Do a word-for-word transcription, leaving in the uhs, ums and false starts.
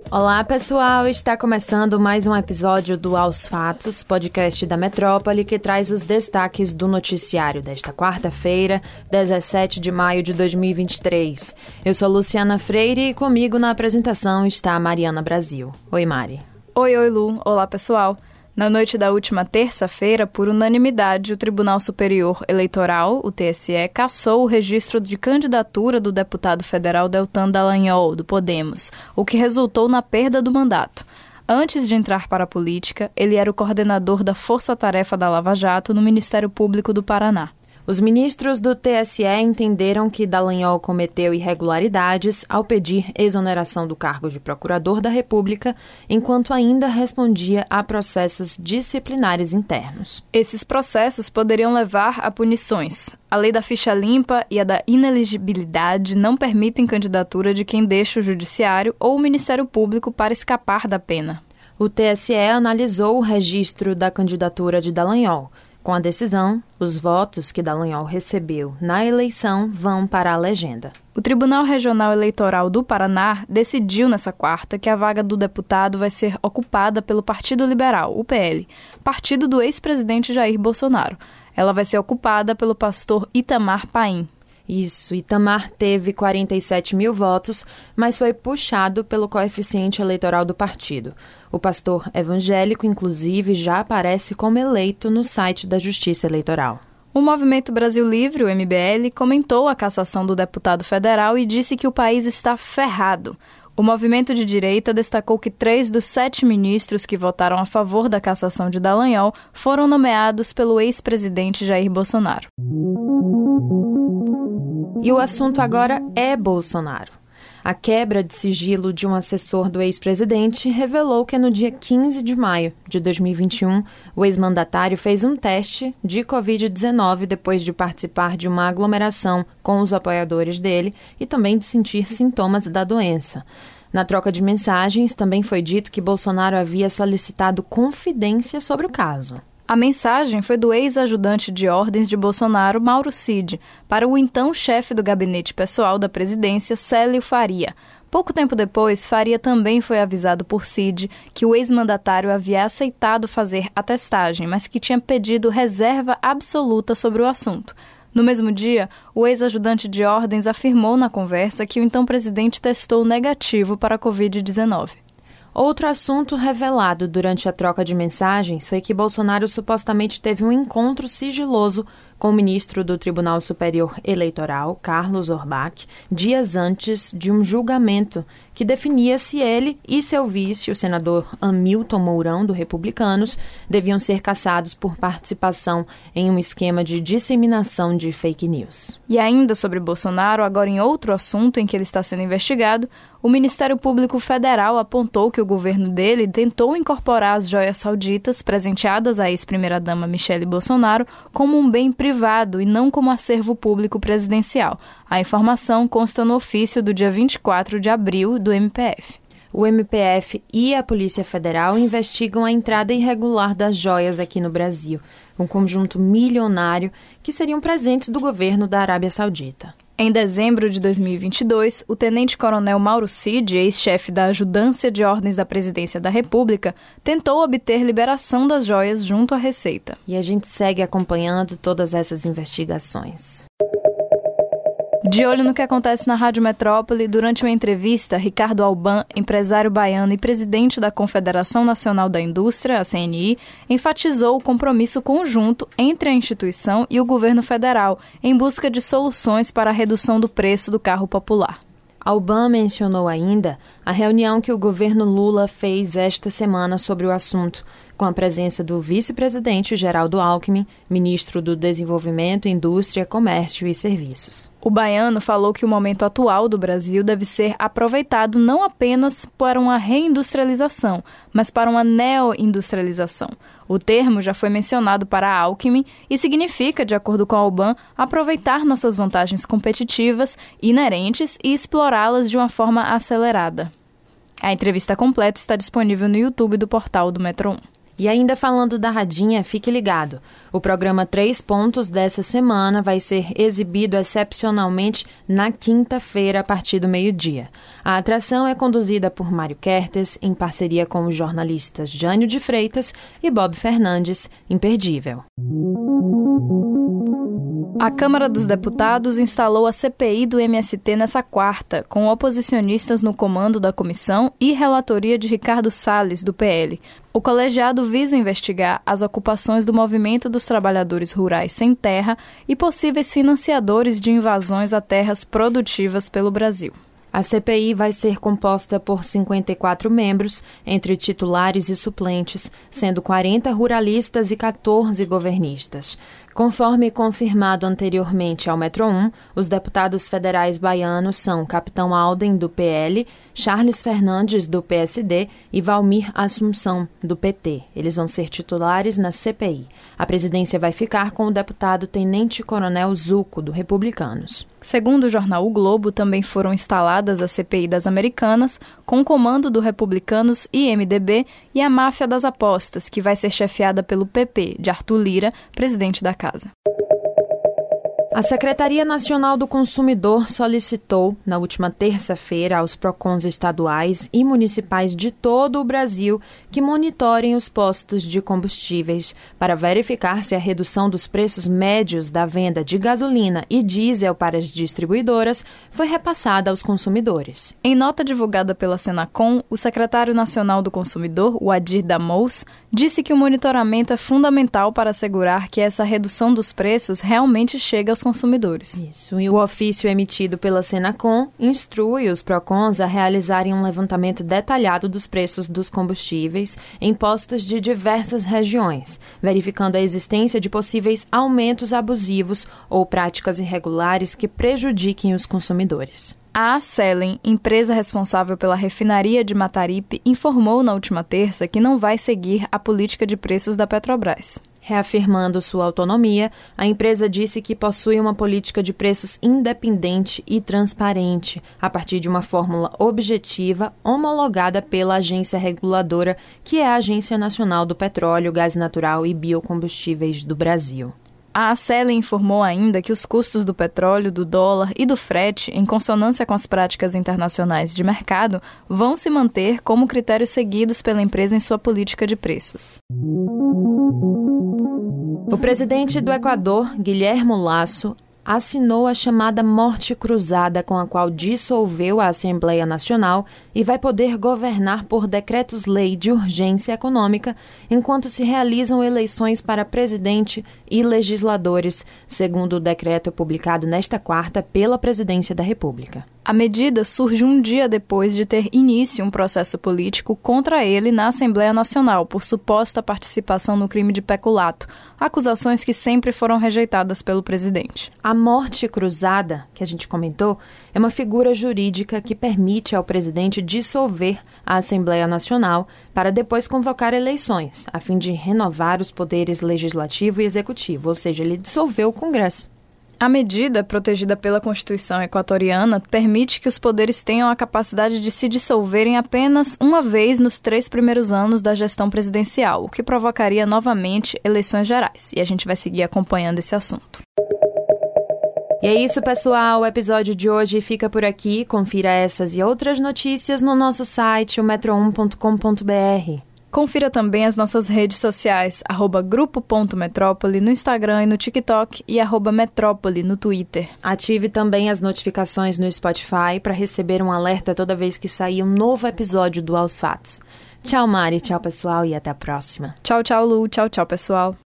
Olá, pessoal! Está começando mais um episódio do Aos Fatos, podcast da Metrópole, que traz os destaques do noticiário desta quarta-feira, dezessete de maio de dois mil e vinte e três. Eu sou Luciana Freire e comigo na apresentação está a Mariana Brasil. Oi, Mari. Oi, oi, Lu. Olá, pessoal. Na noite da última terça-feira, por unanimidade, o Tribunal Superior Eleitoral, o T S E, cassou o registro de candidatura do deputado federal Deltan Dallagnol, do Podemos, o que resultou na perda do mandato. Antes de entrar para a política, ele era o coordenador da Força Tarefa da Lava Jato no Ministério Público do Paraná. Os ministros do T S E entenderam que Dallagnol cometeu irregularidades ao pedir exoneração do cargo de procurador da República, enquanto ainda respondia a processos disciplinares internos. Esses processos poderiam levar a punições. A lei da ficha limpa e a da inelegibilidade não permitem candidatura de quem deixa o Judiciário ou o Ministério Público para escapar da pena. O T S E analisou o registro da candidatura de Dallagnol. Com a decisão, os votos que Dallagnol recebeu na eleição vão para a legenda. O Tribunal Regional Eleitoral do Paraná decidiu nessa quarta que a vaga do deputado vai ser ocupada pelo Partido Liberal, o P L, partido do ex-presidente Jair Bolsonaro. Ela vai ser ocupada pelo pastor Itamar Paim. Isso, Itamar teve quarenta e sete mil votos, mas foi puxado pelo coeficiente eleitoral do partido. O pastor evangélico, inclusive, já aparece como eleito no site da Justiça Eleitoral. O Movimento Brasil Livre, o M B L, comentou a cassação do deputado federal e disse que o país está ferrado. O movimento de direita destacou que três dos sete ministros que votaram a favor da cassação de Dallagnol foram nomeados pelo ex-presidente Jair Bolsonaro. E o assunto agora é Bolsonaro. A quebra de sigilo de um assessor do ex-presidente revelou que no dia quinze de maio de dois mil e vinte e um, o ex-mandatário fez um teste de covid dezenove depois de participar de uma aglomeração com os apoiadores dele e também de sentir sintomas da doença. Na troca de mensagens, também foi dito que Bolsonaro havia solicitado confidência sobre o caso. A mensagem foi do ex-ajudante de ordens de Bolsonaro, Mauro Cid, para o então chefe do gabinete pessoal da presidência, Célio Faria. Pouco tempo depois, Faria também foi avisado por Cid que o ex-mandatário havia aceitado fazer a testagem, mas que tinha pedido reserva absoluta sobre o assunto. No mesmo dia, o ex-ajudante de ordens afirmou na conversa que o então presidente testou negativo para a covid dezenove. Outro assunto revelado durante a troca de mensagens foi que Bolsonaro supostamente teve um encontro sigiloso com o ministro do Tribunal Superior Eleitoral, Carlos Orbach, dias antes de um julgamento que definia se ele e seu vice, o senador Hamilton Mourão, do Republicanos, deviam ser cassados por participação em um esquema de disseminação de fake news. E ainda sobre Bolsonaro, agora em outro assunto em que ele está sendo investigado, o Ministério Público Federal apontou que o governo dele tentou incorporar as joias sauditas presenteadas à ex-primeira-dama Michele Bolsonaro como um bem privado e não como acervo público presidencial. A informação consta no ofício do dia vinte e quatro de abril do M P F. O M P F e a Polícia Federal investigam a entrada irregular das joias aqui no Brasil, um conjunto milionário que seriam presentes do governo da Arábia Saudita. Em dezembro de dois mil e vinte e dois, o tenente-coronel Mauro Cid, ex-chefe da Ajudância de Ordens da Presidência da República, tentou obter liberação das joias junto à Receita. E a gente segue acompanhando todas essas investigações. De olho no que acontece na Rádio Metrópole, durante uma entrevista, Ricardo Alban, empresário baiano e presidente da Confederação Nacional da Indústria, a C N I, enfatizou o compromisso conjunto entre a instituição e o governo federal em busca de soluções para a redução do preço do carro popular. Alban mencionou ainda a reunião que o governo Lula fez esta semana sobre o assunto, com a presença do vice-presidente Geraldo Alckmin, ministro do Desenvolvimento, Indústria, Comércio e Serviços. O baiano falou que o momento atual do Brasil deve ser aproveitado não apenas para uma reindustrialização, mas para uma neoindustrialização. O termo já foi mencionado para Alckmin e significa, de acordo com Alban, aproveitar nossas vantagens competitivas inerentes e explorá-las de uma forma acelerada. A entrevista completa está disponível no YouTube do portal do Metro um. E ainda falando da Radinha, fique ligado. O programa Três Pontos dessa semana vai ser exibido excepcionalmente na quinta-feira, a partir do meio-dia. A atração é conduzida por Mário Kertes, em parceria com os jornalistas Jânio de Freitas e Bob Fernandes. Imperdível. A Câmara dos Deputados instalou a C P I do M S T nessa quarta, com oposicionistas no comando da comissão e relatoria de Ricardo Salles, do P L. O colegiado visa investigar as ocupações do Movimento dos Trabalhadores Rurais Sem Terra e possíveis financiadores de invasões a terras produtivas pelo Brasil. A C P I vai ser composta por cinquenta e quatro membros, entre titulares e suplentes, sendo quarenta ruralistas e quatorze governistas. Conforme confirmado anteriormente ao Metro um, os deputados federais baianos são Capitão Alden, do P L, Charles Fernandes, do P S D e Valmir Assunção, do P T. Eles vão ser titulares na C P I. A presidência vai ficar com o deputado Tenente Coronel Zucco, do Republicanos. Segundo o jornal O Globo, também foram instaladas a C P I das Americanas, com o comando do Republicanos e M D B, e a máfia das apostas, que vai ser chefiada pelo P P, de Arthur Lira, presidente da casa. A Secretaria Nacional do Consumidor solicitou, na última terça-feira, aos PROCONs estaduais e municipais de todo o Brasil que monitorem os postos de combustíveis para verificar se a redução dos preços médios da venda de gasolina e diesel para as distribuidoras foi repassada aos consumidores. Em nota divulgada pela Senacom, o secretário nacional do Consumidor, o Adir Damous, disse que o monitoramento é fundamental para assegurar que essa redução dos preços realmente chega aos consumidores. Isso, e o ofício emitido pela Senacom instrui os PROCONs a realizarem um levantamento detalhado dos preços dos combustíveis em postos de diversas regiões, verificando a existência de possíveis aumentos abusivos ou práticas irregulares que prejudiquem os consumidores. A Acelen, empresa responsável pela refinaria de Mataripe, informou na última terça que não vai seguir a política de preços da Petrobras. Reafirmando sua autonomia, a empresa disse que possui uma política de preços independente e transparente, a partir de uma fórmula objetiva homologada pela agência reguladora, que é a Agência Nacional do Petróleo, Gás Natural e Biocombustíveis do Brasil. A Acelen informou ainda que os custos do petróleo, do dólar e do frete, em consonância com as práticas internacionais de mercado, vão se manter como critérios seguidos pela empresa em sua política de preços. O presidente do Equador, Guilherme Lasso, assinou a chamada Morte Cruzada, com a qual dissolveu a Assembleia Nacional e vai poder governar por decretos-lei de urgência econômica enquanto se realizam eleições para presidente e legisladores, segundo o decreto publicado nesta quarta pela Presidência da República. A medida surge um dia depois de ter início um processo político contra ele na Assembleia Nacional por suposta participação no crime de peculato, acusações que sempre foram rejeitadas pelo presidente. A morte cruzada, que a gente comentou, é uma figura jurídica que permite ao presidente dissolver a Assembleia Nacional para depois convocar eleições, a fim de renovar os poderes legislativo e executivo, ou seja, ele dissolveu o Congresso. A medida, protegida pela Constituição equatoriana, permite que os poderes tenham a capacidade de se dissolverem apenas uma vez nos três primeiros anos da gestão presidencial, o que provocaria novamente eleições gerais. E a gente vai seguir acompanhando esse assunto. E é isso, pessoal. O episódio de hoje fica por aqui. Confira essas e outras notícias no nosso site, o metro um ponto com ponto b r. Confira também as nossas redes sociais, arroba grupo ponto metrópole no Instagram e no TikTok e arroba metrópole no Twitter. Ative também as notificações no Spotify para receber um alerta toda vez que sair um novo episódio do Aos Fatos. Tchau, Mari. Tchau, pessoal, e até a próxima. Tchau, tchau, Lu. Tchau, tchau, pessoal.